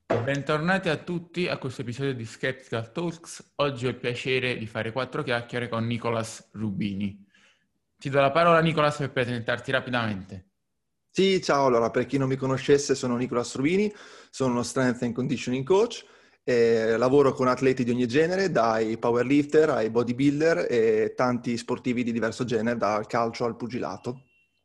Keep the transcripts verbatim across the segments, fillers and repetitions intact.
Bentornati a tutti a questo episodio di Skeptical Talks. Oggi ho il piacere di fare quattro chiacchiere con Nicolas Rubini. Ti do la parola, Nicolas, per presentarti rapidamente. Sì, ciao, allora per chi non mi conoscesse sono Nicolas Rubini, sono uno Strength and Conditioning Coach, e lavoro con atleti di ogni genere, dai powerlifter ai bodybuilder e tanti sportivi di diverso genere, dal calcio al pugilato.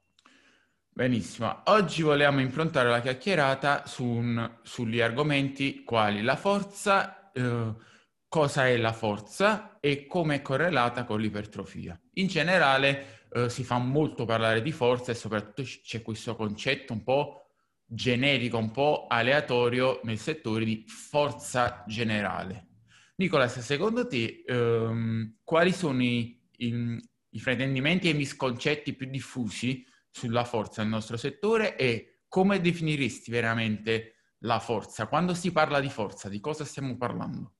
Benissimo, oggi vogliamo improntare la chiacchierata su un- sugli argomenti quali la forza, eh, cosa è la forza e come è correlata con l'ipertrofia. In generale, eh, si fa molto parlare di forza e soprattutto c- c'è questo concetto un po' generico, un po' aleatorio nel settore di forza generale. Nicolas, secondo te, ehm, quali sono i, i i fraintendimenti e i misconcetti più diffusi sulla forza nel nostro settore e come definiresti veramente la forza? Quando si parla di forza, di cosa stiamo parlando?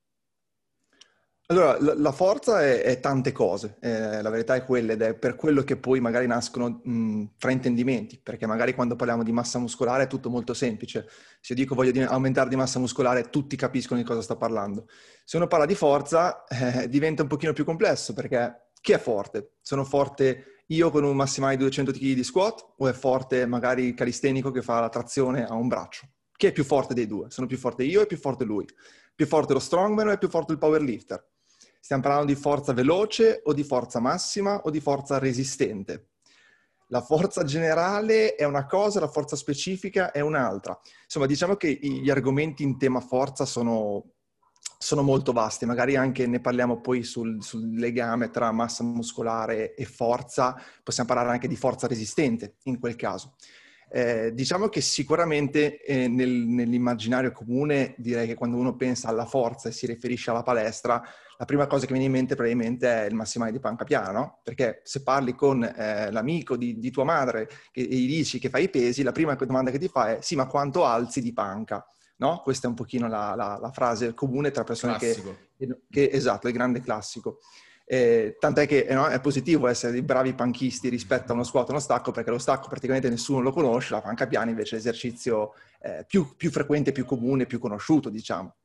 Allora, la, la forza è, è tante cose, eh, la verità è quella ed è per quello che poi magari nascono mh, fraintendimenti, perché magari quando parliamo di massa muscolare è tutto molto semplice. Se io dico voglio di- aumentare di massa muscolare, tutti capiscono di cosa sto parlando. Se uno parla di forza, eh, diventa un pochino più complesso, perché chi è forte? Sono forte io con un massimale di duecento chili di squat o è forte magari il calistenico che fa la trazione a un braccio? Chi è più forte dei due? Sono più forte io e più forte lui? Più forte lo strongman o è più forte il powerlifter? Stiamo parlando di forza veloce o di forza massima o di forza resistente? La forza generale è una cosa, la forza specifica è un'altra. Insomma, diciamo che gli argomenti in tema forza sono, sono molto vasti, magari anche ne parliamo poi sul, sul legame tra massa muscolare e forza, possiamo parlare anche di forza resistente in quel caso. Eh, diciamo che sicuramente eh, nel, nell'immaginario comune direi che quando uno pensa alla forza e si riferisce alla palestra, la prima cosa che viene in mente probabilmente è il massimale di panca piana, no? Perché se parli con eh, l'amico di, di tua madre che, e gli dici che fai i pesi, la prima domanda che ti fa è sì, ma quanto alzi di panca? No? Questa è un pochino la, la, la frase comune tra persone che, Classico. che, esatto, il grande classico. Eh, tant'è che eh, no, è positivo essere dei bravi panchisti rispetto a uno squat e uno stacco, perché lo stacco praticamente nessuno lo conosce, la panca piana invece è l'esercizio eh, più, più frequente, più comune, più conosciuto, diciamo.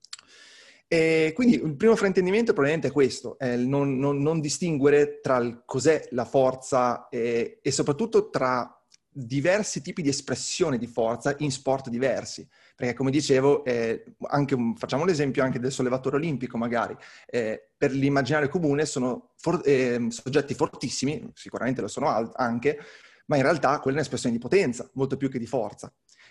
E quindi il primo fraintendimento probabilmente è questo, è il non, non, non distinguere tra il cos'è la forza e, e soprattutto tra diversi tipi di espressione di forza in sport diversi. Perché come dicevo, eh, anche un, facciamo l'esempio anche del sollevatore olimpico magari, eh, per l'immaginario comune sono for- eh, soggetti fortissimi, sicuramente lo sono al- anche, ma in realtà quella è un'espressione di potenza, molto più che di forza.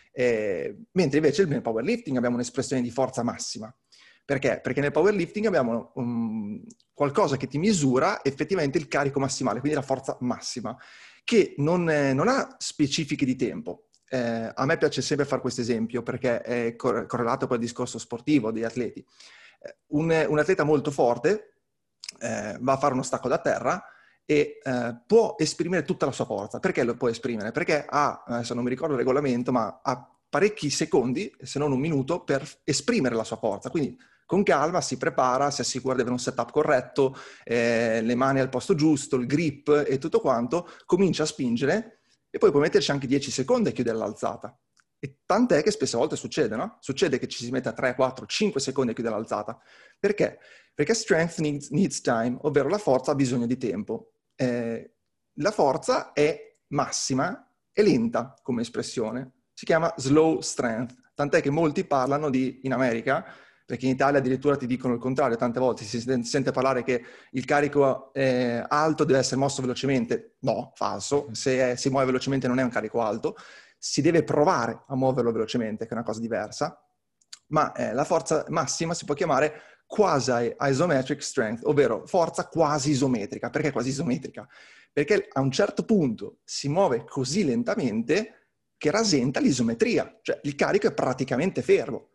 Eh, mentre invece nel powerlifting abbiamo un'espressione di forza massima. Perché? Perché nel powerlifting abbiamo um, qualcosa che ti misura effettivamente il carico massimale, quindi la forza massima, che non, eh, non ha specifiche di tempo. Eh, a me piace sempre fare questo esempio perché è cor- correlato poi al discorso sportivo degli atleti. Eh, un, un atleta molto forte eh, va a fare uno stacco da terra e eh, può esprimere tutta la sua forza. Perché lo può esprimere? Perché ha, adesso non mi ricordo il regolamento, ma ha parecchi secondi, se non un minuto, per esprimere la sua forza. Quindi con calma si prepara, si assicura di avere un setup corretto, eh, le mani al posto giusto, il grip e tutto quanto, comincia a spingere e poi può metterci anche dieci secondi e chiudere l'alzata. E tant'è che spesse volte succede, no? Succede che ci si metta tre, quattro, cinque secondi a chiudere l'alzata. Perché? Perché strength needs, needs time, ovvero la forza ha bisogno di tempo. Eh, la forza è massima e lenta come espressione. Si chiama slow strength. Tant'è che molti parlano di, in America, perché in Italia addirittura ti dicono il contrario, tante volte si sente parlare che il carico eh, alto deve essere mosso velocemente. No, falso. Se è, si muove velocemente non è un carico alto. Si deve provare a muoverlo velocemente, che è una cosa diversa. Ma eh, la forza massima si può chiamare quasi-isometric strength, ovvero forza quasi isometrica. Perché quasi isometrica? Perché a un certo punto si muove così lentamente che rasenta l'isometria, cioè il carico è praticamente fermo.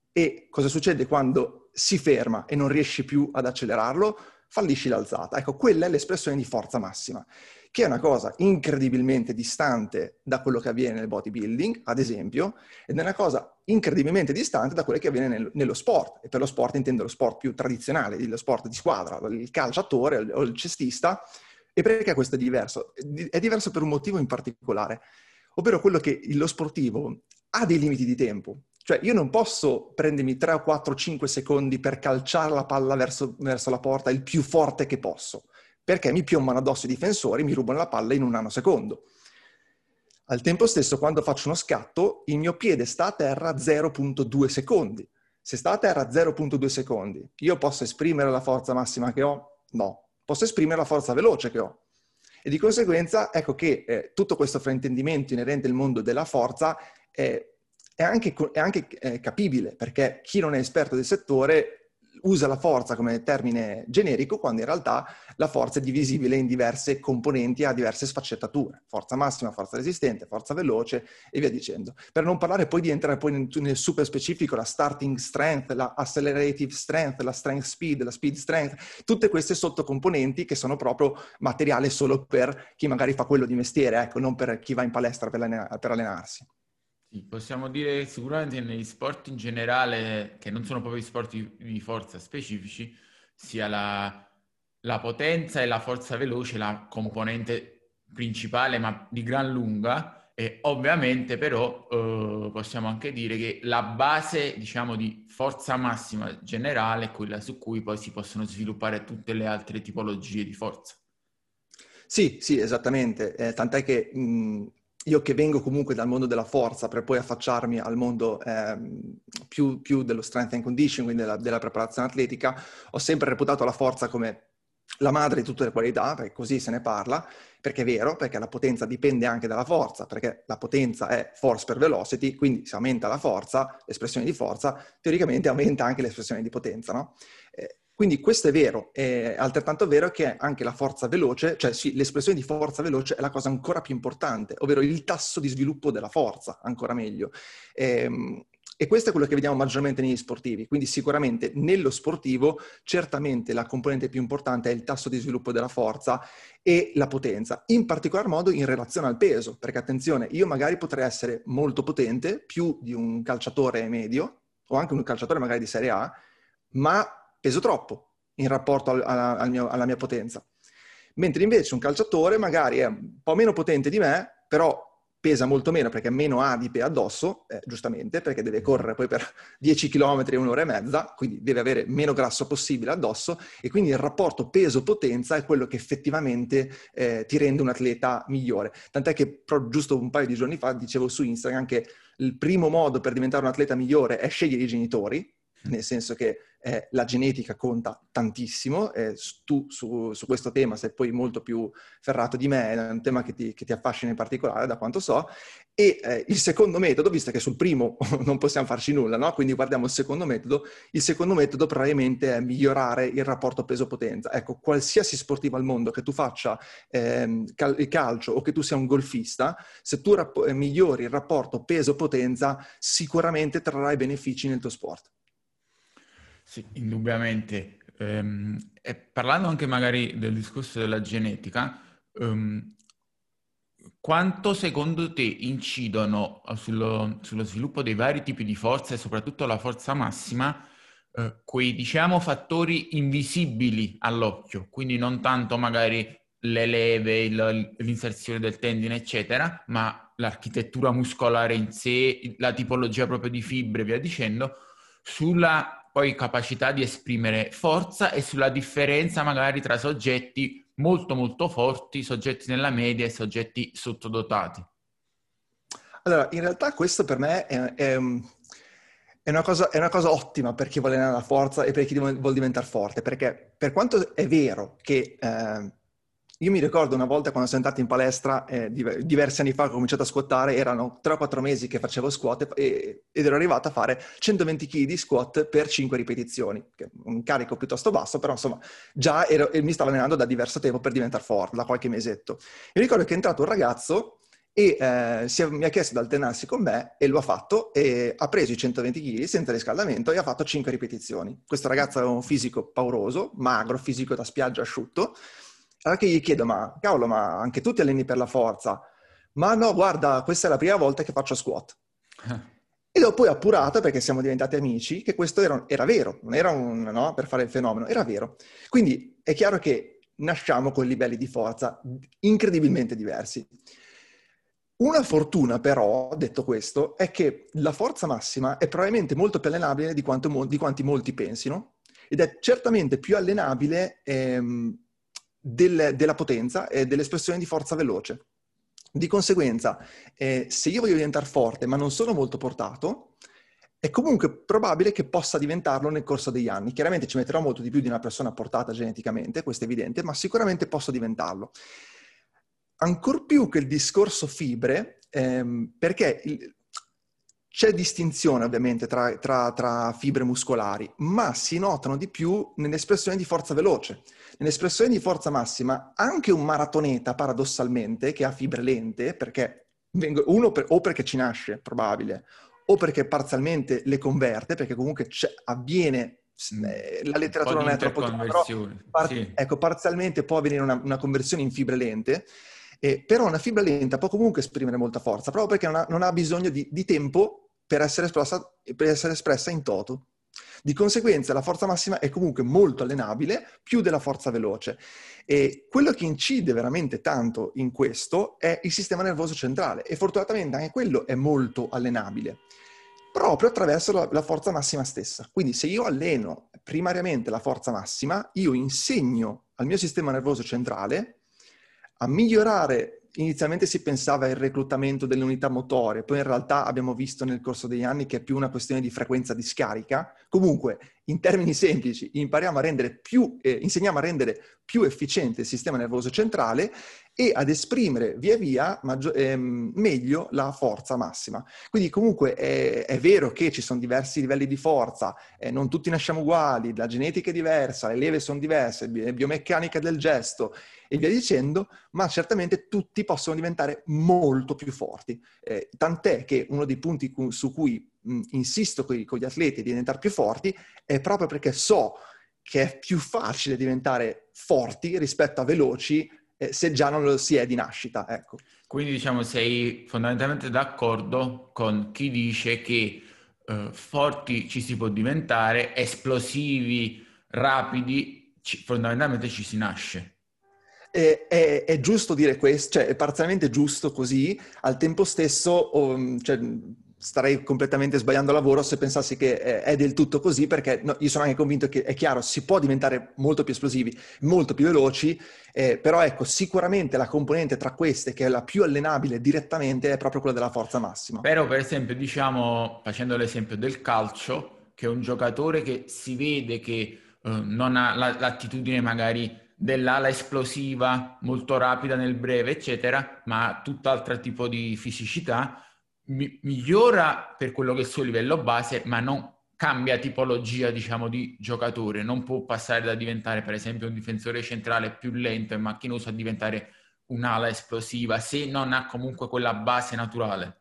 E cosa succede quando si ferma e non riesci più ad accelerarlo? Fallisci l'alzata. Ecco, quella è l'espressione di forza massima, che è una cosa incredibilmente distante da quello che avviene nel bodybuilding, ad esempio, ed è una cosa incredibilmente distante da quello che avviene nel, nello sport. E per lo sport intendo lo sport più tradizionale, lo sport di squadra, il calciatore o il cestista. E perché questo è diverso? È diverso per un motivo in particolare, ovvero quello che lo sportivo ha dei limiti di tempo. Cioè io non posso prendermi tre o quattro o cinque secondi per calciare la palla verso, verso la porta il più forte che posso, perché mi piombano addosso i difensori, mi rubano la palla in un nanosecondo. Al tempo stesso, quando faccio uno scatto, il mio piede sta a terra zero virgola due secondi. Se sta a terra zero virgola due secondi, io posso esprimere la forza massima che ho? No. Posso esprimere la forza veloce che ho. E di conseguenza, ecco che eh, tutto questo fraintendimento inerente al mondo della forza eh, è anche, è anche eh, capibile, perché chi non è esperto del settore usa la forza come termine generico, quando in realtà la forza è divisibile in diverse componenti, ha diverse sfaccettature. Forza massima, forza resistente, forza veloce e via dicendo. Per non parlare poi di entrare poi nel, nel super specifico, la starting strength, la accelerative strength, la strength speed, la speed strength, tutte queste sottocomponenti che sono proprio materiale solo per chi magari fa quello di mestiere, ecco, non per chi va in palestra per, allenare, per allenarsi. Sì, possiamo dire sicuramente negli sport in generale, che non sono proprio sport di, di forza specifici, sia la, la potenza e la forza veloce la componente principale, ma di gran lunga, e ovviamente però eh, possiamo anche dire che la base, diciamo, di forza massima generale è quella su cui poi si possono sviluppare tutte le altre tipologie di forza. Sì, sì, esattamente. Eh, tant'è che mh, io che vengo comunque dal mondo della forza per poi affacciarmi al mondo ehm, più, più dello strength and conditioning, quindi della, della preparazione atletica, ho sempre reputato la forza come la madre di tutte le qualità, perché così se ne parla, perché è vero, perché la potenza dipende anche dalla forza, perché la potenza è force per velocity, quindi se aumenta la forza, l'espressione di forza, teoricamente aumenta anche l'espressione di potenza, no? Eh, Quindi questo è vero, è altrettanto vero che anche la forza veloce, cioè sì, l'espressione di forza veloce è la cosa ancora più importante, ovvero il tasso di sviluppo della forza, ancora meglio. Ehm, e questo è quello che vediamo maggiormente negli sportivi, quindi sicuramente nello sportivo certamente la componente più importante è il tasso di sviluppo della forza e la potenza, in particolar modo in relazione al peso, perché attenzione, io magari potrei essere molto potente, più di un calciatore medio, o anche un calciatore magari di Serie A, ma peso troppo in rapporto al, al mio, alla mia potenza. Mentre invece un calciatore magari è un po' meno potente di me, però pesa molto meno perché ha meno adipe addosso, eh, giustamente, perché deve correre poi per dieci chilometri e un'ora e mezza, quindi deve avere meno grasso possibile addosso, e quindi il rapporto peso-potenza è quello che effettivamente eh, ti rende un atleta migliore. Tant'è che giusto un paio di giorni fa dicevo su Instagram che il primo modo per diventare un atleta migliore è scegliere i genitori, nel senso che eh, la genetica conta tantissimo, eh, tu su, su questo tema sei poi molto più ferrato di me, è un tema che ti, che ti affascina in particolare da quanto so, e eh, il secondo metodo, visto che sul primo non possiamo farci nulla, no? Quindi guardiamo il secondo metodo, il secondo metodo probabilmente è migliorare il rapporto peso-potenza. Ecco, qualsiasi sportivo al mondo, che tu faccia ehm, cal- il calcio o che tu sia un golfista, se tu rapp- migliori il rapporto peso-potenza, sicuramente trarrai benefici nel tuo sport. Sì, indubbiamente. Ehm, e parlando anche magari del discorso della genetica, ehm, quanto secondo te incidono eh, sullo, sullo sviluppo dei vari tipi di forza e soprattutto la forza massima, eh, quei diciamo fattori invisibili all'occhio, quindi non tanto magari le leve, il- l'inserzione del tendine, eccetera, ma l'architettura muscolare in sé, la tipologia proprio di fibre, e via dicendo, sulla poi capacità di esprimere forza e sulla differenza magari tra soggetti molto molto forti, soggetti nella media e soggetti sottodotati. Allora, in realtà questo per me è, è, è una cosa, è una cosa ottima per chi vuole allenare la forza e per chi vuole diventare forte, perché per quanto è vero che eh, io mi ricordo una volta quando sono andato in palestra, eh, diversi anni fa, ho cominciato a squattare, erano tre o quattro mesi che facevo squat e, ed ero arrivato a fare centoventi chili di squat per cinque ripetizioni, che è un carico piuttosto basso, però insomma già ero, mi stavo allenando da diverso tempo per diventare forte, da qualche mesetto. Mi ricordo che è entrato un ragazzo e eh, si è, mi ha chiesto di alternarsi con me e lo ha fatto e ha preso i centoventi chili senza riscaldamento e ha fatto cinque ripetizioni. Questo ragazzo aveva un fisico pauroso, magro, fisico da spiaggia asciutto. Allora che gli chiedo, ma cavolo, ma anche tu ti alleni per la forza? Ma no, guarda, questa è la prima volta che faccio squat. E dopo poi ho appurato, perché siamo diventati amici, che questo era, era vero, non era un no, per fare il fenomeno, era vero. Quindi è chiaro che nasciamo con livelli di forza incredibilmente diversi. Una fortuna però, detto questo, è che la forza massima è probabilmente molto più allenabile di, quanto, di quanti molti pensino, ed è certamente più allenabile ehm, del, della potenza e dell'espressione di forza veloce. Di conseguenza, eh, se io voglio diventare forte ma non sono molto portato, è comunque probabile che possa diventarlo nel corso degli anni. Chiaramente ci metterò molto di più di una persona portata geneticamente, questo è evidente, ma sicuramente posso diventarlo. Ancor più che il discorso fibre, ehm, perché il, c'è distinzione ovviamente tra, tra, tra fibre muscolari, ma si notano di più nell'espressione di forza veloce. Nell'espressione di forza massima, anche un maratoneta, paradossalmente, che ha fibre lente, perché uno per, o perché ci nasce, probabile, o perché parzialmente le converte, perché comunque avviene, eh, la letteratura non è troppo chiara, però par- sì. ecco, parzialmente può avvenire una, una conversione in fibre lente. Eh, però una fibra lenta può comunque esprimere molta forza, proprio perché non ha, non ha bisogno di, di tempo per essere, espressa, per essere espressa in toto. Di conseguenza la forza massima è comunque molto allenabile, più della forza veloce. E quello che incide veramente tanto in questo è il sistema nervoso centrale, e fortunatamente anche quello è molto allenabile, proprio attraverso la, la forza massima stessa. Quindi se io alleno primariamente la forza massima, io insegno al mio sistema nervoso centrale a migliorare. Inizialmente si pensava al reclutamento delle unità motorie, poi in realtà abbiamo visto nel corso degli anni che è più una questione di frequenza di scarica. Comunque, in termini semplici, impariamo a rendere più, eh, insegniamo a rendere più efficiente il sistema nervoso centrale e ad esprimere via via maggio- ehm, meglio la forza massima. Quindi comunque è, è vero che ci sono diversi livelli di forza, eh, non tutti nasciamo uguali, la genetica è diversa, le leve sono diverse, bi- biomeccanica del gesto e via dicendo, ma certamente tutti possono diventare molto più forti. Eh, tant'è che uno dei punti cu- su cui mh, insisto con, con gli atleti di diventare più forti è proprio perché so che è più facile diventare forti rispetto a veloci eh, se già non lo si è di nascita, ecco. Quindi diciamo sei fondamentalmente d'accordo con chi dice che eh, forti ci si può diventare, esplosivi, rapidi, ci- fondamentalmente ci si nasce. È, è, è giusto dire questo, cioè è parzialmente giusto così, al tempo stesso um, cioè, starei completamente sbagliando lavoro se pensassi che è, è del tutto così, perché no, io sono anche convinto che è chiaro, si può diventare molto più esplosivi, molto più veloci, eh, però ecco, sicuramente la componente tra queste che è la più allenabile direttamente è proprio quella della forza massima. Però per esempio diciamo, facendo l'esempio del calcio, che è un giocatore che si vede che eh, non ha la- l'attitudine magari dell'ala esplosiva, molto rapida nel breve, eccetera, ma ha tutt'altro tipo di fisicità, mi- migliora per quello che è il suo livello base, ma non cambia tipologia, diciamo, di giocatore. Non può passare da diventare, per esempio, un difensore centrale più lento e macchinoso a diventare un'ala esplosiva, se non ha comunque quella base naturale.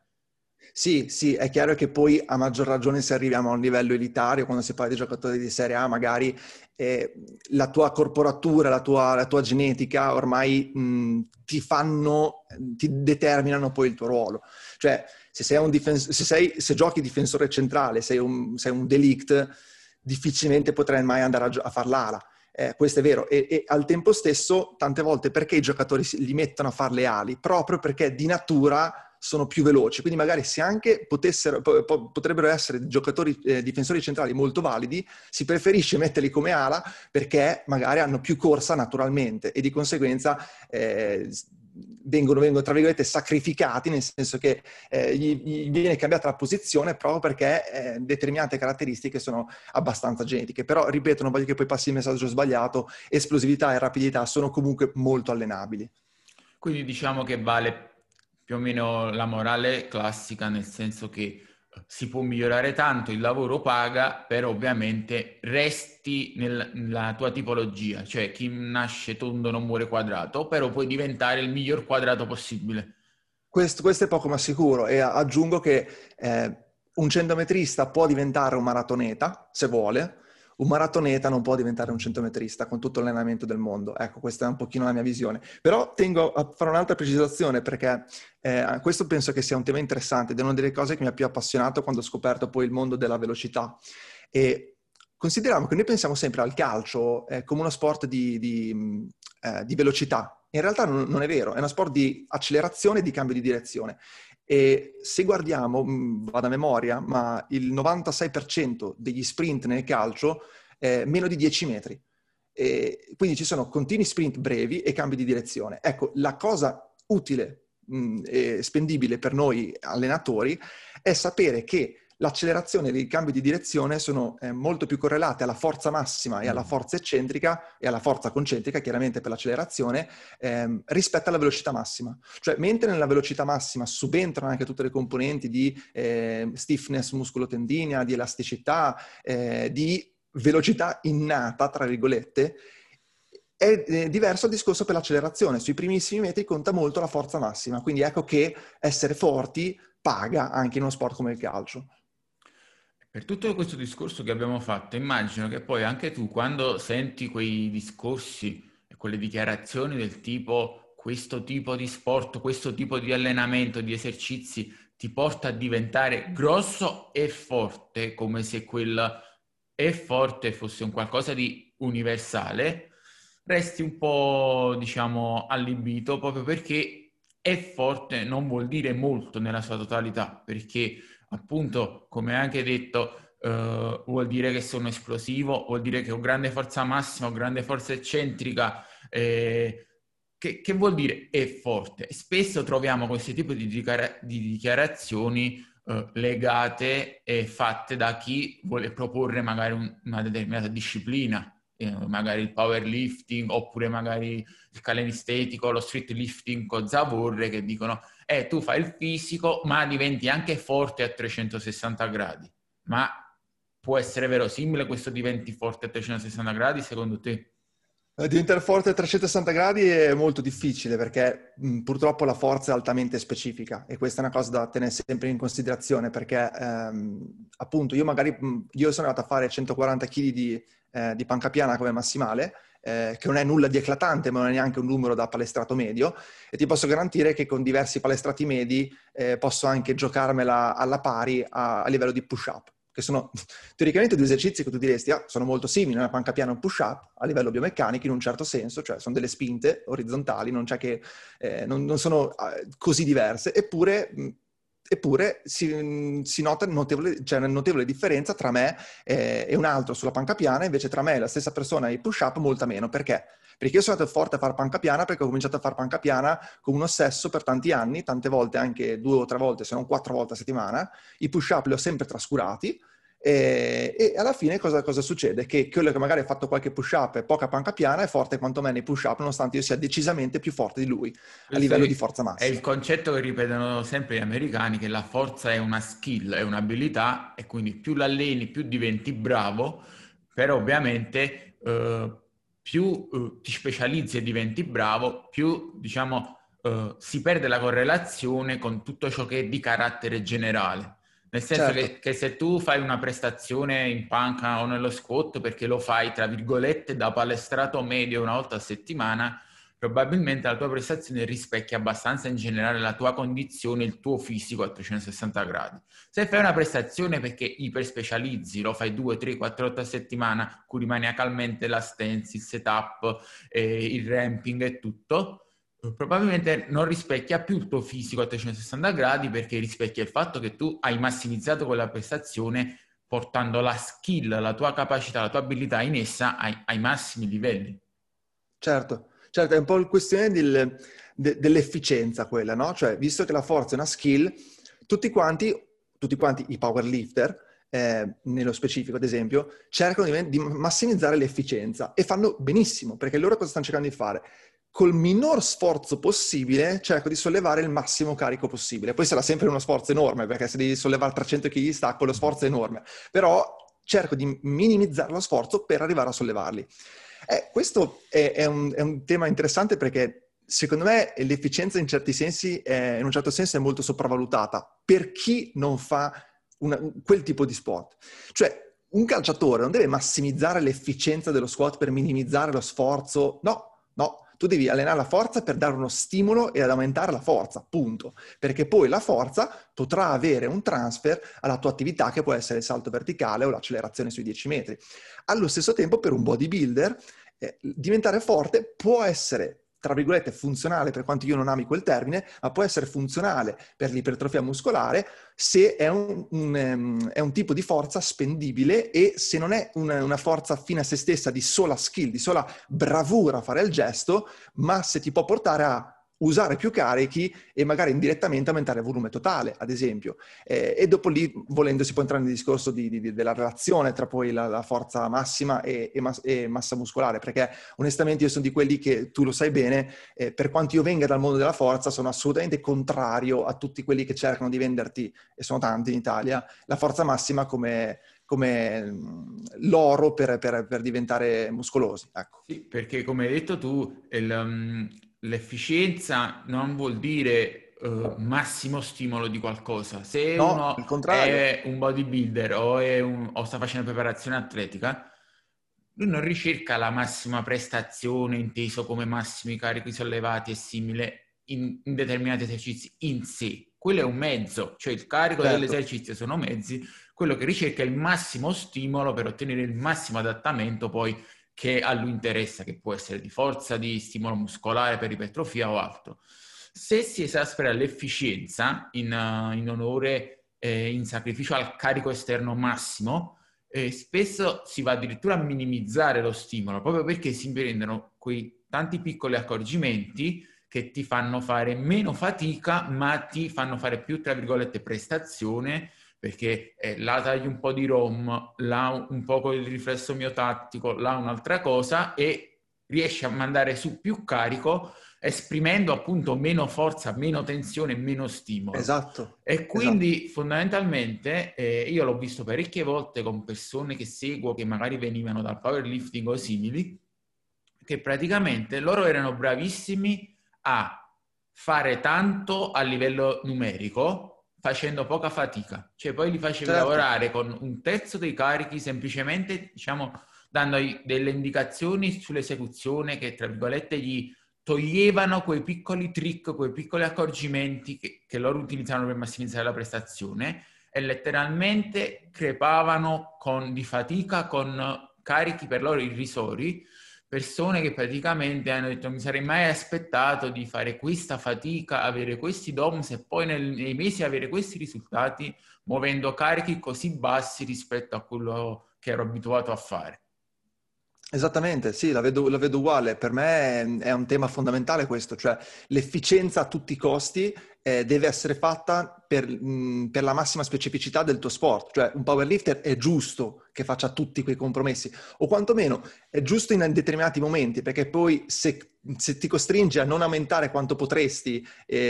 Sì, sì, è chiaro che poi a maggior ragione se arriviamo a un livello elitario, quando si parla di giocatori di Serie A, magari eh, la tua corporatura, la tua, la tua genetica ormai mh, ti fanno, ti determinano poi il tuo ruolo. Cioè, se sei un difensore, se, sei, se giochi difensore centrale, sei un, sei un delict, difficilmente potrai mai andare a, gio- a far l'ala. Eh, questo è vero. E, e al tempo stesso, tante volte, perché i giocatori si, li mettono a fare le ali? Proprio perché di natura sono più veloci, quindi magari se anche potessero, po- po- potrebbero essere giocatori eh, difensori centrali molto validi, si preferisce metterli come ala perché magari hanno più corsa naturalmente e di conseguenza eh, vengono, vengono tra virgolette sacrificati, nel senso che eh, gli, gli viene cambiata la posizione proprio perché eh, determinate caratteristiche sono abbastanza genetiche. Però ripeto, non voglio che poi passi il messaggio sbagliato, esplosività e rapidità sono comunque molto allenabili. Quindi diciamo che vale più o meno la morale classica, nel senso che eh, si può migliorare tanto, il lavoro paga, però ovviamente resti nel- nella tua tipologia, cioè chi nasce tondo non muore quadrato, però puoi diventare il miglior quadrato possibile. Questo, questo è poco ma sicuro, e aggiungo che eh, un centometrista può diventare un maratoneta, se vuole, un maratoneta non può diventare un centometrista con tutto l'allenamento del mondo. Ecco, questa è un pochino la mia visione. Però tengo a fare un'altra precisazione perché eh, questo penso che sia un tema interessante ed è una delle cose che mi ha più appassionato quando ho scoperto poi il mondo della velocità. E consideriamo che noi pensiamo sempre al calcio eh, come uno sport di, di, mh, eh, di velocità, In realtà non, non è vero, è uno sport di accelerazione e di cambio di direzione. E se guardiamo, mh, vado a memoria, ma il novantasei per cento degli sprint nel calcio è meno di dieci metri. E quindi ci sono continui sprint brevi e cambi di direzione. Ecco, la cosa utile mh, e spendibile per noi allenatori è sapere che l'accelerazione e il cambio di direzione sono eh, molto più correlate alla forza massima e alla forza eccentrica e alla forza concentrica, chiaramente per l'accelerazione, ehm, rispetto alla velocità massima. Cioè, mentre nella velocità massima subentrano anche tutte le componenti di eh, stiffness muscolotendinea, di elasticità, eh, di velocità innata, tra virgolette, è eh, diverso il discorso per l'accelerazione. Sui primissimi metri conta molto la forza massima, quindi ecco che essere forti paga anche in uno sport come il calcio. Per tutto questo discorso che abbiamo fatto, immagino che poi anche tu, quando senti quei discorsi e quelle dichiarazioni del tipo questo tipo di sport, questo tipo di allenamento, di esercizi, ti porta a diventare grosso e forte, come se quel è forte fosse un qualcosa di universale, resti un po', diciamo, allibito proprio perché è forte non vuol dire molto nella sua totalità, perché appunto, come hai anche detto, eh, vuol dire che sono esplosivo, vuol dire che ho grande forza massima, ho grande forza eccentrica, eh, che, che vuol dire è forte. E spesso troviamo questo tipo di, dichiara- di dichiarazioni eh, legate e fatte da chi vuole proporre magari un- una determinata disciplina, eh, magari il powerlifting oppure magari il calistenico, lo street lifting con zavorre, che dicono eh, tu fai il fisico ma diventi anche forte a trecentosessanta gradi. Ma può essere verosimile questo diventi forte a trecentosessanta gradi secondo te? Diventare forte a trecentosessanta gradi è molto difficile perché mh, purtroppo la forza è altamente specifica e questa è una cosa da tenere sempre in considerazione perché ehm, appunto io magari mh, io sono andato a fare centoquaranta chili di, eh, di panca piana come massimale, eh, che non è nulla di eclatante ma non è neanche un numero da palestrato medio e ti posso garantire che con diversi palestrati medi eh, posso anche giocarmela alla pari a, a livello di push-up, che sono teoricamente due esercizi che tu diresti, ah, sono molto simili, una panca piana e un push-up a livello biomeccanico in un certo senso, cioè sono delle spinte orizzontali, non c'è che, eh, non, non sono eh, così diverse, eppure, mh, eppure si, si nota notevole, cioè una notevole differenza tra me eh, e un altro sulla panca piana, invece tra me e la stessa persona e i push-up molta meno. Perché? Perché io sono andato forte a fare panca piana perché ho cominciato a fare panca piana come un ossesso per tanti anni, tante volte anche due o tre volte, se non quattro volte a settimana. I push-up li ho sempre trascurati. E, e alla fine cosa, cosa succede? Che quello che magari ha fatto qualche push-up e poca panca piana è forte quanto me nei push-up, nonostante io sia decisamente più forte di lui a Questo livello di è, forza è il massima. concetto che ripetono sempre gli americani, che la forza è una skill, è un'abilità e quindi più l'alleni, più diventi bravo, però ovviamente eh, più eh, ti specializzi e diventi bravo, più diciamo eh, si perde la correlazione con tutto ciò che è di carattere generale. Nel senso Certo. che, che se tu fai una prestazione in panca o nello squat perché lo fai, tra virgolette, da palestrato medio una volta a settimana, probabilmente la tua prestazione rispecchia abbastanza in generale la tua condizione, il tuo fisico a trecentosessanta gradi. Se fai una prestazione perché iperspecializzi, lo fai due, tre, quattro volte a settimana, cui maniacalmente la stance, il setup, eh, il ramping e tutto, probabilmente non rispecchia più il tuo fisico a trecentosessanta gradi perché rispecchia il fatto che tu hai massimizzato quella prestazione portando la skill, la tua capacità, la tua abilità in essa ai, ai massimi livelli. Certo, certo, è un po' il questione del- de- dell'efficienza quella, no? Cioè, visto che la forza è una skill, tutti quanti, tutti quanti i powerlifter, eh, nello specifico ad esempio, cercano di, di massimizzare l'efficienza e fanno benissimo, perché loro cosa stanno cercando di fare? Col minor sforzo possibile cerco di sollevare il massimo carico possibile. Poi sarà sempre uno sforzo enorme, perché se devi sollevare trecento chili di stacco lo sforzo è enorme, però cerco di minimizzare lo sforzo per arrivare a sollevarli. Eh, questo è, è, un, è un tema interessante perché secondo me l'efficienza in certi sensi, è, in un certo senso è molto sopravvalutata per chi non fa una, quel tipo di sport. Cioè, un calciatore non deve massimizzare l'efficienza dello squat per minimizzare lo sforzo. No, no. Tu devi allenare la forza per dare uno stimolo e ad aumentare la forza, punto. Perché poi la forza potrà avere un transfer alla tua attività che può essere il salto verticale o l'accelerazione sui dieci metri. Allo stesso tempo, per un bodybuilder, eh, diventare forte può essere tra virgolette, funzionale, per quanto io non ami quel termine, ma può essere funzionale per l'ipertrofia muscolare se è un, un, um, è un tipo di forza spendibile e se non è una, una forza fine a se stessa di sola skill, di sola bravura a fare il gesto, ma se ti può portare a usare più carichi e magari indirettamente aumentare il volume totale, ad esempio. Eh, e dopo lì, volendo, si può entrare nel discorso di, di, della relazione tra poi la, la forza massima e, e, mas- e massa muscolare, perché onestamente io sono di quelli che, tu lo sai bene, eh, per quanto io venga dal mondo della forza, sono assolutamente contrario a tutti quelli che cercano di venderti, e sono tanti in Italia, la forza massima come... come l'oro per, per, per diventare muscolosi. Ecco. Sì, perché come hai detto tu, il, um, l'efficienza non vuol dire uh, massimo stimolo di qualcosa. Se No, al uno contrario. è un bodybuilder o, è un, o sta facendo preparazione atletica, lui non ricerca la massima prestazione inteso come massimi carichi sollevati e simile in, in determinati esercizi in sé. Quello è un mezzo, cioè il carico Certo. dell'esercizio sono mezzi, quello che ricerca è il massimo stimolo per ottenere il massimo adattamento poi che a lui interessa, che può essere di forza, di stimolo muscolare per ipertrofia o altro. Se si esaspera l'efficienza in, uh, in onore, eh, in sacrificio al carico esterno massimo, eh, spesso si va addirittura a minimizzare lo stimolo, proprio perché si prendono quei tanti piccoli accorgimenti che ti fanno fare meno fatica, ma ti fanno fare più, tra virgolette, prestazione, perché eh, là tagli un po' di ROM, là un po' con il riflesso miotattico, là un'altra cosa e riesci a mandare su più carico esprimendo appunto meno forza, meno tensione, meno stimolo. Esatto. E quindi esatto. fondamentalmente eh, io l'ho visto parecchie volte con persone che seguo che magari venivano dal powerlifting o simili, che praticamente loro erano bravissimi a fare tanto a livello numerico facendo poca fatica, cioè poi li facevi Certo. lavorare con un terzo dei carichi semplicemente, diciamo, dandogli delle indicazioni sull'esecuzione che, tra virgolette, gli toglievano quei piccoli trick, quei piccoli accorgimenti che, che loro utilizzavano per massimizzare la prestazione e letteralmente crepavano con, di fatica con carichi per loro irrisori, persone che praticamente hanno detto mi sarei mai aspettato di fare questa fatica, avere questi D O M S e poi nel, nei mesi avere questi risultati muovendo carichi così bassi rispetto a quello che ero abituato a fare. Esattamente, sì, la vedo, la vedo uguale. Per me è, è un tema fondamentale questo, cioè l'efficienza a tutti i costi eh, deve essere fatta per, mh, per la massima specificità del tuo sport. Cioè un powerlifter è giusto che faccia tutti quei compromessi, o quantomeno è giusto in determinati momenti, perché poi se, se ti costringe a non aumentare quanto potresti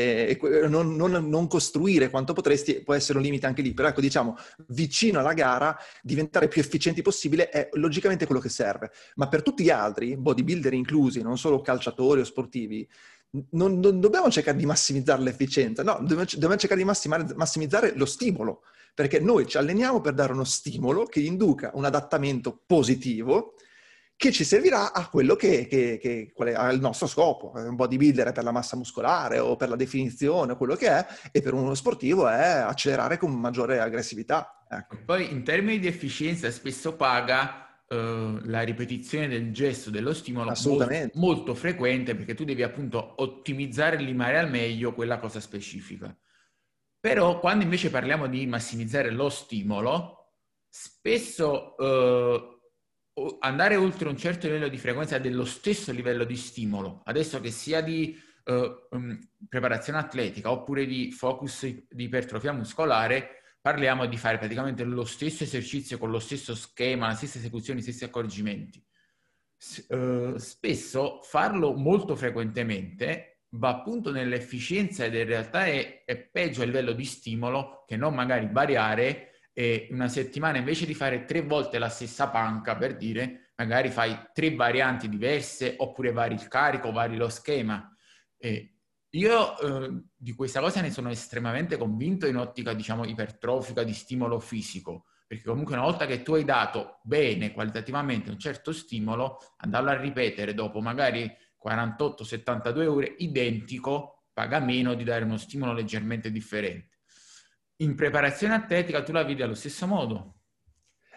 e eh, non, non, non costruire quanto potresti, può essere un limite anche lì. Però ecco, diciamo, vicino alla gara, diventare più efficienti possibile è logicamente quello che serve. Ma per tutti gli altri, bodybuilder inclusi, non solo calciatori o sportivi, non, non dobbiamo cercare di massimizzare l'efficienza, no, dobbiamo, dobbiamo cercare di massimizzare lo stimolo, perché noi ci alleniamo per dare uno stimolo che induca un adattamento positivo che ci servirà a quello che, che, che qual è, al nostro scopo. Un bodybuilder è per la massa muscolare o per la definizione, quello che è, e per uno sportivo è accelerare con maggiore aggressività. Ecco. Poi in termini di efficienza spesso paga Uh, la ripetizione del gesto, dello stimolo molto, Assolutamente. molto frequente perché tu devi appunto ottimizzare e limare al meglio quella cosa specifica. Però quando invece parliamo di massimizzare lo stimolo, spesso uh, andare oltre un certo livello di frequenza dello stesso livello di stimolo, adesso che sia di uh, um, preparazione atletica oppure di focus di ipertrofia muscolare, parliamo di fare praticamente lo stesso esercizio con lo stesso schema, la stessa esecuzione, gli stessi accorgimenti. S- uh, spesso farlo molto frequentemente va appunto nell'efficienza ed in realtà è, è peggio a livello di stimolo che non magari variare e una settimana invece di fare tre volte la stessa panca, per dire, magari fai tre varianti diverse oppure vari il carico, vari lo schema. E io eh, di questa cosa ne sono estremamente convinto in ottica, diciamo, ipertrofica di stimolo fisico, perché comunque una volta che tu hai dato bene qualitativamente un certo stimolo, andarlo a ripetere dopo magari quarantotto settantadue ore identico paga meno di dare uno stimolo leggermente differente. In preparazione atletica tu la vedi allo stesso modo?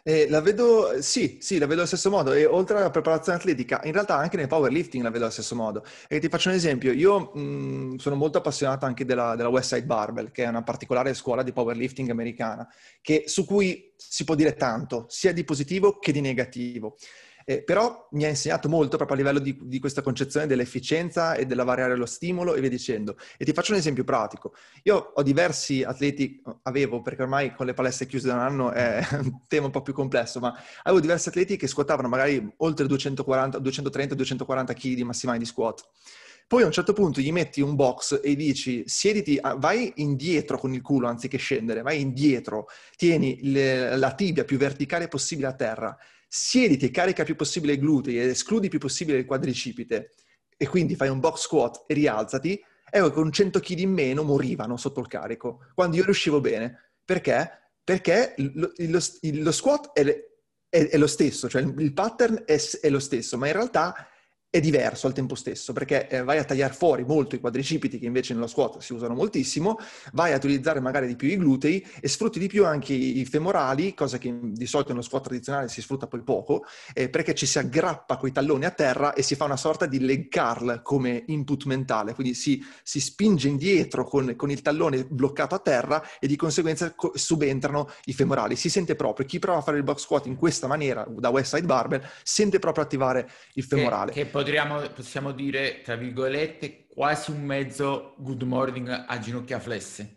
Eh, la vedo, sì, sì, la vedo allo stesso modo e oltre alla preparazione atletica, in realtà anche nel powerlifting la vedo allo stesso modo. E ti faccio un esempio, io mh, sono molto appassionato anche della, della Westside Barbell, che è una particolare scuola di powerlifting americana, che, su cui si può dire tanto, sia di positivo che di negativo. Eh, però mi ha insegnato molto proprio a livello di, di questa concezione dell'efficienza e della variare lo stimolo e via dicendo. E ti faccio un esempio pratico. Io ho diversi atleti, avevo, perché ormai con le palestre chiuse da un anno è un tema un po' più complesso, ma avevo diversi atleti che squattavano magari oltre duecentoquaranta, duecentotrenta, duecentoquaranta kg di massimali di squat. Poi a un certo punto gli metti un box e gli dici siediti, vai indietro con il culo anziché scendere, vai indietro, tieni le, la tibia più verticale possibile a terra, siediti e carica più possibile i glutei e escludi più possibile il quadricipite e quindi fai un box squat e rialzati, ecco che con cento chili in meno morivano sotto il carico, quando io riuscivo bene. Perché? Perché lo, lo, lo squat è, è, è lo stesso, cioè il, il pattern è, è lo stesso, ma in realtà è diverso al tempo stesso, perché eh, vai a tagliare fuori molto i quadricipiti, che invece nello squat si usano moltissimo, vai a utilizzare magari di più i glutei e sfrutti di più anche i, i femorali, cosa che di solito nello squat tradizionale si sfrutta poi poco, eh, perché ci si aggrappa coi talloni a terra e si fa una sorta di leg curl come input mentale, quindi si, si spinge indietro con, con il tallone bloccato a terra e di conseguenza co- subentrano i femorali. Si sente proprio, chi prova a fare il box squat in questa maniera, da Westside Barbell, sente proprio attivare il Che, femorale. che potremmo, possiamo dire, tra virgolette, quasi un mezzo good morning a ginocchia flesse.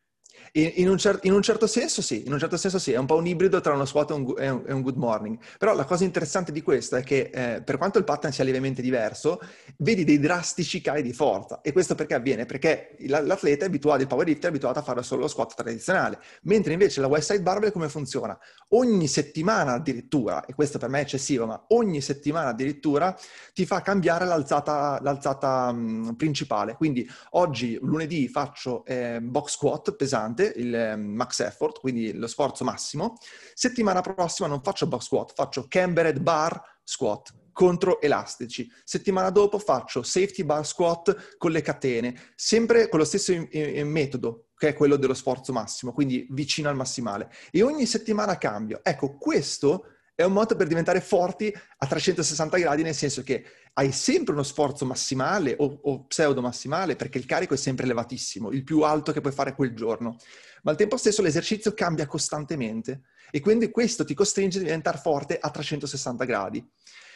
In, in, un cer- in un certo senso sì, in un certo senso sì, è un po' un ibrido tra uno squat e un, gu- e un- e un good morning. Però la cosa interessante di questo è che eh, per quanto il pattern sia lievemente diverso, vedi dei drastici cali di forza. E questo perché avviene? Perché l- l'atleta è abituato, il powerlifter è abituato a fare solo lo squat tradizionale, mentre invece la Westside Barbell come funziona? Ogni settimana addirittura, e questo per me è eccessivo, ma ogni settimana addirittura ti fa cambiare l'alzata, l'alzata mh, principale. Quindi oggi, lunedì, faccio eh, box squat pesante, il eh, max effort, quindi lo sforzo massimo. Settimana prossima non faccio box squat, faccio cambered bar squat contro elastici. Settimana dopo faccio safety bar squat con le catene, sempre con lo stesso in, in, metodo, che è quello dello sforzo massimo, quindi vicino al massimale. E ogni settimana cambio. Ecco, questo è un modo per diventare forti a trecentosessanta gradi, nel senso che hai sempre uno sforzo massimale o, o pseudo massimale, perché il carico è sempre elevatissimo, il più alto che puoi fare quel giorno. Ma al tempo stesso l'esercizio cambia costantemente e quindi questo ti costringe a diventare forte a trecentosessanta gradi.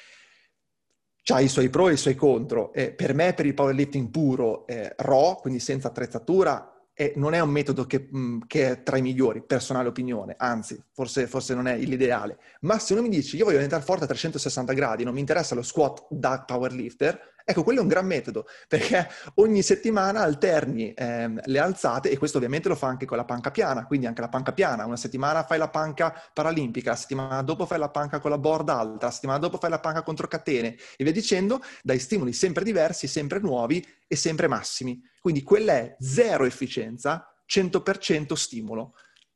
C'ha i suoi pro e i suoi contro. Eh, per me, per il powerlifting puro, eh, raw, quindi senza attrezzatura, eh, non è un metodo che, mh, che è tra i migliori, personale opinione, anzi, forse, forse non è l'ideale. Ma se uno mi dice, io voglio diventare forte a trecentosessanta gradi, non mi interessa lo squat da powerlifter, ecco, quello è un gran metodo, perché ogni settimana alterni ehm, le alzate, e questo ovviamente lo fa anche con la panca piana, quindi anche la panca piana, una settimana fai la panca paralimpica, la settimana dopo fai la panca con la board alta, la settimana dopo fai la panca contro catene, e via dicendo, dai stimoli sempre diversi, sempre nuovi e sempre massimi. Quindi quella è zero efficienza, cento per cento stimolo.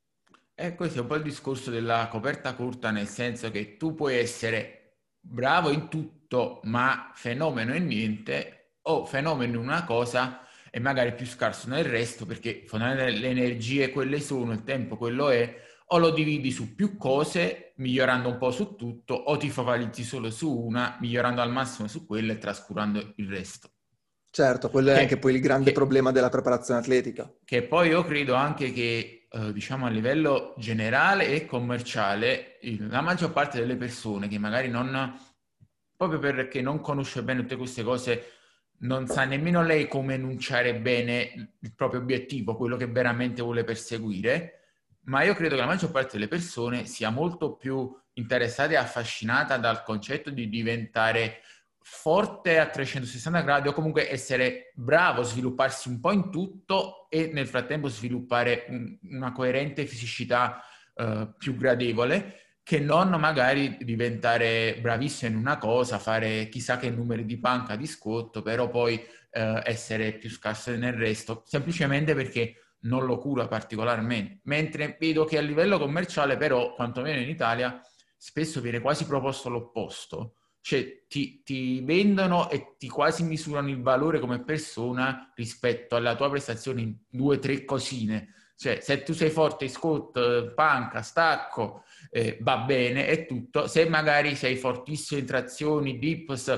E questo è un po' il discorso della coperta corta, nel senso che tu puoi essere bravo in tutto, ma fenomeno in niente, o fenomeno in una cosa e magari più scarso nel resto, perché fondamentalmente le energie quelle sono, il tempo quello è, o lo dividi su più cose, migliorando un po' su tutto, o ti focalizzi solo su una, migliorando al massimo su quella e trascurando il resto. Certo, quello è anche Che, poi il grande che problema della preparazione atletica. che poi io credo anche che, eh, diciamo, a livello generale e commerciale, il- la maggior parte delle persone che magari non, proprio perché non conosce bene tutte queste cose, non sa nemmeno lei come enunciare bene il proprio obiettivo, quello che veramente vuole perseguire, ma io credo che la maggior parte delle persone sia molto più interessata e affascinata dal concetto di diventare forte a trecentosessanta gradi o comunque essere bravo, svilupparsi un po' in tutto e nel frattempo sviluppare un, una coerente fisicità eh, più gradevole che non magari diventare bravissimo in una cosa, fare chissà che numeri di panca di scotto, però poi eh, essere più scarso nel resto, semplicemente perché non lo cura particolarmente. Mentre vedo che a livello commerciale, però, quantomeno in Italia, spesso viene quasi proposto l'opposto, cioè ti, ti vendono e ti quasi misurano il valore come persona rispetto alla tua prestazione in due o tre cosine. Cioè, se tu sei forte in squat, panca, stacco, eh, va bene, è tutto. Se magari sei fortissimo in trazioni, dips,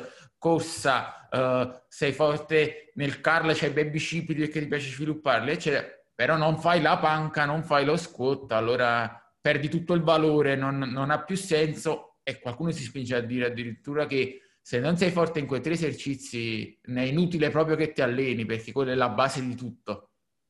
corsa, eh, sei forte nel curl, c'hai bei bicipiti perché ti piace svilupparli, eccetera, però non fai la panca, non fai lo squat, allora perdi tutto il valore, non, non ha più senso, e qualcuno si spinge a dire addirittura che se non sei forte in quei tre esercizi è inutile proprio che ti alleni, perché quella è la base di tutto.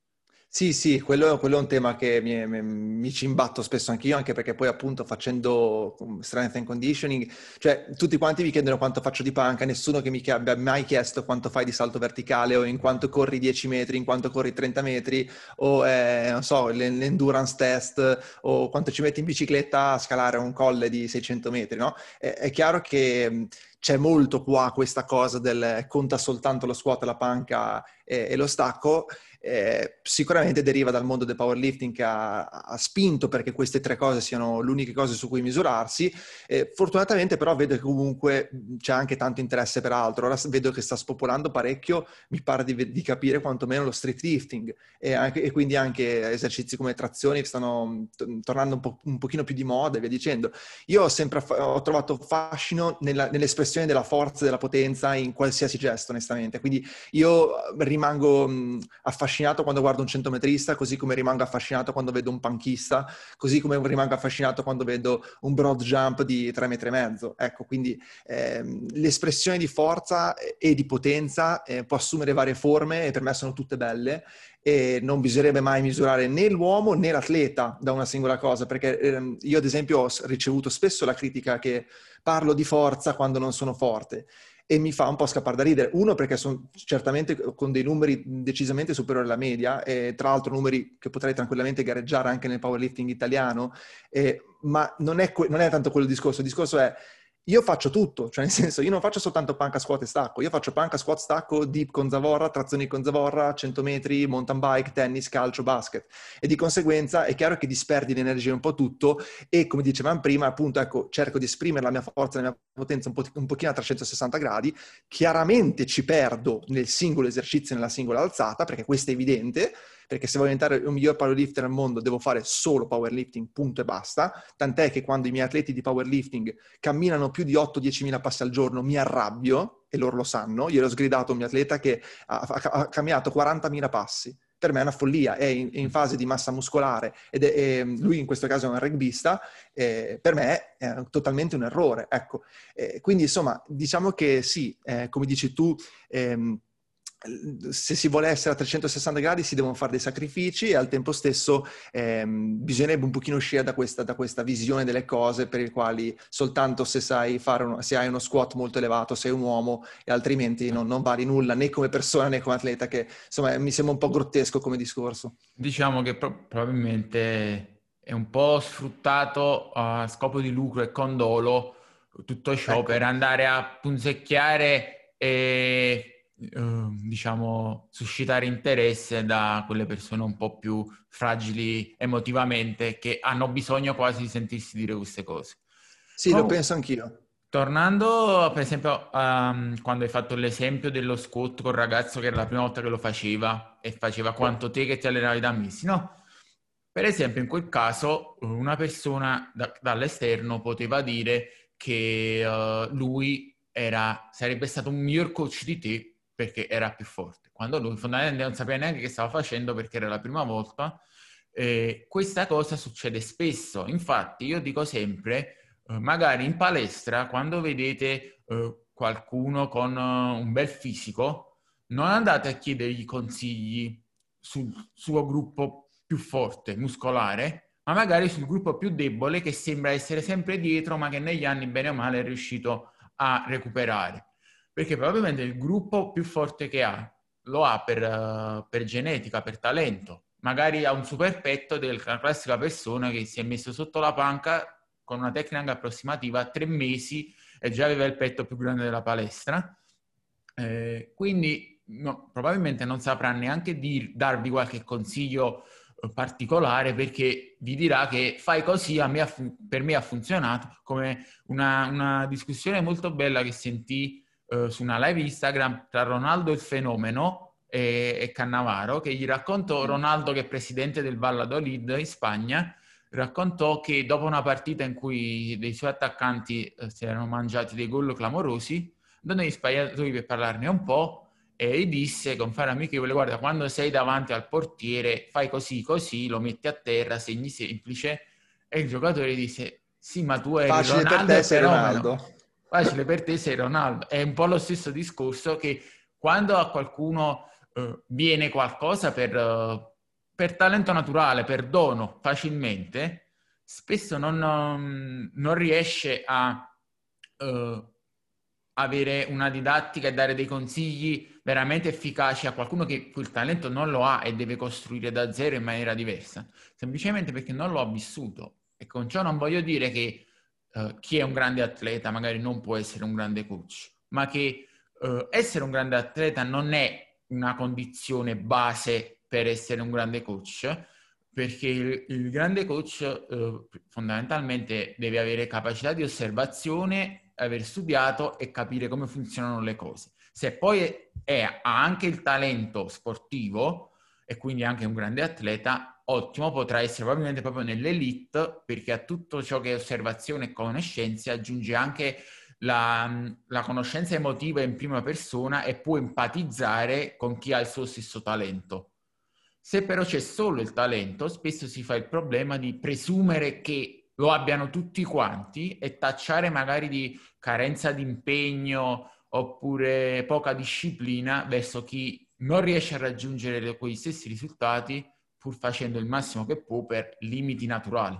Sì, sì, quello, quello è un tema che mi, mi- mi ci imbatto spesso anch'io, anche perché poi appunto facendo um, strength and conditioning, cioè tutti quanti mi chiedono quanto faccio di panca, nessuno che mi chie- abbia mai chiesto quanto fai di salto verticale o in quanto corri dieci metri, in quanto corri trenta metri o eh, non so, l- l'endurance test o quanto ci metti in bicicletta a scalare un colle di seicento metri, no? È, è chiaro che mh, c'è molto qua questa cosa del conta soltanto lo squat, la panca e, e lo stacco. Eh, sicuramente deriva dal mondo del powerlifting che ha, ha spinto perché queste tre cose siano le uniche cose su cui misurarsi. Eh, fortunatamente però vedo che comunque c'è anche tanto interesse per altro. Ora vedo che sta spopolando parecchio, mi pare di, di capire quantomeno lo street lifting e, anche, e quindi anche esercizi come trazioni stanno t- tornando un, po', un pochino più di moda e via dicendo. Io ho sempre ho trovato fascino nella, nell'espressione della forza e della potenza in qualsiasi gesto, onestamente. Quindi io rimango mh, affascinato quando guardo un centometrista, così come rimango affascinato quando vedo un panchista, così come rimango affascinato quando vedo un broad jump di tre metri e mezzo. Ecco, quindi ehm, l'espressione di forza e di potenza eh, può assumere varie forme e per me sono tutte belle e non bisognerebbe mai misurare né l'uomo né l'atleta da una singola cosa, perché ehm, io ad esempio ho ricevuto spesso la critica che parlo di forza quando non sono forte e mi fa un po' scappare da ridere. Uno, perché sono certamente con dei numeri decisamente superiori alla media, e tra l'altro numeri che potrei tranquillamente gareggiare anche nel powerlifting italiano, eh, ma non è, que- non è tanto quello il discorso. Il discorso è io faccio tutto, cioè nel senso io non faccio soltanto panca, squat e stacco, io faccio panca, squat, stacco, dip con zavorra, trazioni con zavorra, cento metri, mountain bike, tennis, calcio, basket e di conseguenza è chiaro che disperdi l'energia un po' tutto e come dicevamo prima appunto ecco cerco di esprimere la mia forza, la mia potenza un, po- un pochino a trecentosessanta gradi, chiaramente ci perdo nel singolo esercizio, nella singola alzata perché questo è evidente, perché se voglio diventare il miglior powerlifter al mondo devo fare solo powerlifting, punto e basta, tant'è che quando i miei atleti di powerlifting camminano più di otto dieci mila passi al giorno mi arrabbio, e loro lo sanno, io ero sgridato a un mio atleta che ha, ha, ha camminato quarantamila passi, per me è una follia, è in, è in fase di massa muscolare ed è, è, lui in questo caso è un rugbista, eh, per me è totalmente un errore, ecco. Eh, quindi insomma diciamo che sì, eh, come dici tu, ehm, se si vuole essere a trecentosessanta gradi si devono fare dei sacrifici e al tempo stesso ehm, bisognerebbe un pochino uscire da questa, da questa visione delle cose per le quali soltanto se sai fare uno, se hai uno squat molto elevato sei un uomo e altrimenti non, non vali nulla né come persona né come atleta, che insomma mi sembra un po' grottesco come discorso. Diciamo che pro- probabilmente è un po' sfruttato a scopo di lucro e condolo tutto ciò per Ecco. andare a punzecchiare e eh, diciamo suscitare interesse da quelle persone un po' più fragili emotivamente che hanno bisogno quasi di sentirsi dire queste cose. Sì, lo Comunque, penso anch'io. tornando per esempio a quando hai fatto l'esempio dello squat col ragazzo che era la prima volta che lo faceva e faceva quanto te che ti allenavi da mesi, no? Per esempio, in quel caso, una persona da- dall'esterno poteva dire che eh, lui era, sarebbe stato un miglior coach di te perché era più forte, quando lui fondamentalmente non sapeva neanche che stava facendo perché era la prima volta. Eh, questa cosa succede spesso, infatti io dico sempre, eh, magari in palestra, quando vedete eh, qualcuno con eh, un bel fisico, non andate a chiedergli consigli sul suo gruppo più forte, muscolare, ma magari sul gruppo più debole che sembra essere sempre dietro, ma che negli anni, bene o male, è riuscito a recuperare. Perché probabilmente il gruppo più forte che ha lo ha per, uh, per genetica, per talento. Magari ha un super petto della classica persona che si è messo sotto la panca con una tecnica approssimativa a tre mesi e già aveva il petto più grande della palestra. Eh, quindi no, probabilmente non saprà neanche dir, darvi qualche consiglio eh, particolare perché vi dirà che fai così, a me ha fun- per me ha funzionato, come una, una discussione molto bella che sentì eh, su una live Instagram tra Ronaldo il fenomeno e, e Cannavaro, che gli raccontò, Mm. Ronaldo, che è presidente del Valladolid in Spagna, raccontò che dopo una partita in cui dei suoi attaccanti eh, si erano mangiati dei gol clamorosi, andò negli spogliatoi per parlarne un po' e gli disse con fare amichevole: guarda, quando sei davanti al portiere fai così così, lo metti a terra, segni semplice. E il giocatore disse: sì, ma tu eri Facile per Ronaldo, è te, un sei fenomeno. Ronaldo. Facile per te, sei Ronaldo. È un po' lo stesso discorso che quando a qualcuno eh, viene qualcosa per, eh, per talento naturale, per dono, facilmente, spesso non, non- non riesce a eh, avere una didattica e dare dei consigli veramente efficaci a qualcuno che quel talento non lo ha e deve costruire da zero in maniera diversa, semplicemente perché non lo ha vissuto. E con ciò non voglio dire che eh, chi è un grande atleta magari non può essere un grande coach, ma che eh, essere un grande atleta non è una condizione base per essere un grande coach, perché il, il grande coach eh, fondamentalmente deve avere capacità di osservazione, aver studiato e capire come funzionano le cose. Se poi è, è, ha anche il talento sportivo e quindi anche un grande atleta, ottimo, potrà essere probabilmente proprio nell'elite, perché a tutto ciò che è osservazione e conoscenza aggiunge anche la, la conoscenza emotiva in prima persona e può empatizzare con chi ha il suo stesso talento. Se però c'è solo il talento, spesso si fa il problema di presumere che lo abbiano tutti quanti e tacciare magari di carenza di impegno oppure poca disciplina verso chi non riesce a raggiungere quegli stessi risultati pur facendo il massimo che può per limiti naturali.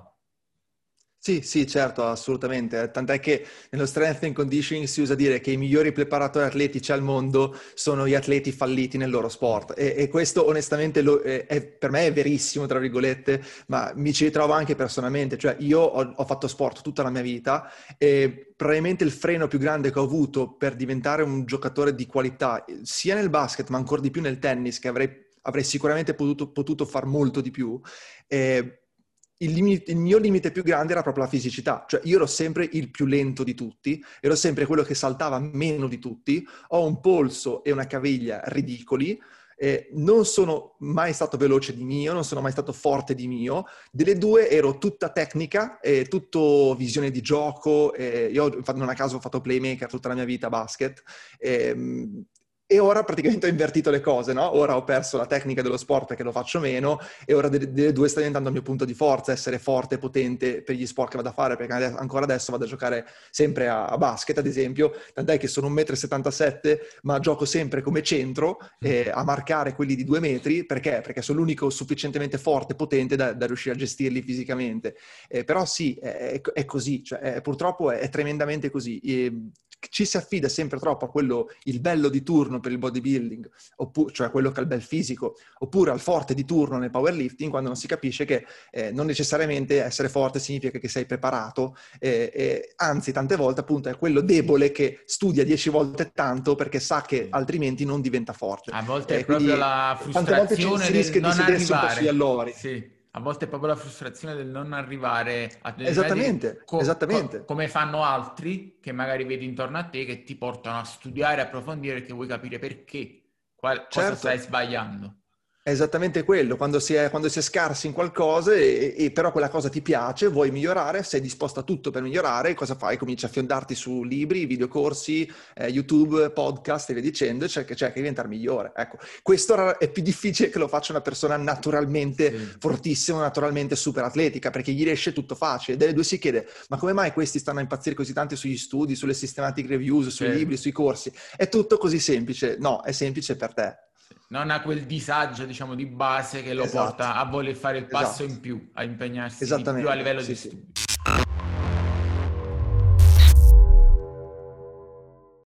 Sì, sì, certo, assolutamente. Tant'è che nello strength and conditioning si usa dire che i migliori preparatori atletici al mondo sono gli atleti falliti nel loro sport. E, e questo onestamente lo, è, è, per me è verissimo, tra virgolette, ma mi ci ritrovo anche personalmente. Cioè io ho, ho fatto sport tutta la mia vita e probabilmente il freno più grande che ho avuto per diventare un giocatore di qualità, sia nel basket ma ancora di più nel tennis, che avrei, avrei sicuramente potuto, potuto far molto di più, eh, Il, limite, il mio limite più grande era proprio la fisicità, cioè io ero sempre il più lento di tutti, ero sempre quello che saltava meno di tutti, ho un polso e una caviglia ridicoli, eh, non sono mai stato veloce di mio, non sono mai stato forte di mio, delle due ero tutta tecnica e tutto visione di gioco, eh, io non a caso ho fatto playmaker tutta la mia vita a basket, ehm, e ora praticamente ho invertito le cose, no? Ora ho perso la tecnica dello sport perché lo faccio meno e ora delle, delle due sta diventando il mio punto di forza, essere forte e potente per gli sport che vado a fare, perché adesso, ancora adesso vado a giocare sempre a, a basket, ad esempio, tant'è che sono un metro e settantasette, ma gioco sempre come centro, eh, a marcare quelli di due metri, perché? Perché sono l'unico sufficientemente forte e potente da, da riuscire a gestirli fisicamente. Eh, però sì, è, è così, cioè, è, purtroppo è, è tremendamente così. E, ci si affida sempre troppo a quello, il bello di turno per il bodybuilding, oppure, cioè quello che ha il bel fisico, oppure al forte di turno nel powerlifting, quando non si capisce che eh, non necessariamente essere forte significa che sei preparato, eh, eh, anzi tante volte appunto è quello debole che studia dieci volte tanto perché sa che altrimenti non diventa forte. A volte è Eh, proprio quindi la tante volte ci, frustrazione si del rischia di non sedersi un po' sugli arrivare. allori. Sì, a volte è proprio la frustrazione del non arrivare a dei livelli Esattamente, co- co- esattamente. come fanno altri che magari vedi intorno a te, che ti portano a studiare, approfondire, perché vuoi capire perché, qual- cosa stai Certo. sbagliando. È esattamente quello, quando si è, quando si è scarsi in qualcosa e, e però quella cosa ti piace, vuoi migliorare, sei disposto a tutto per migliorare, cosa fai? Cominci a fiondarti su libri, videocorsi, eh, YouTube, podcast e via dicendo, cerchi, cerchi di diventare migliore. Ecco, questo è più difficile che lo faccia una persona naturalmente Sì. fortissima, naturalmente super atletica, perché gli riesce tutto facile. Delle due si chiede, ma come mai questi stanno a impazzire così tanto sugli studi, sulle systematic reviews, sui Certo. libri, sui corsi? È tutto così semplice? No, è semplice per te. Non ha quel disagio, diciamo, di base che lo Esatto, porta a voler fare il passo esatto, in più, a impegnarsi di più a esattamente, livello sì di sì. studio.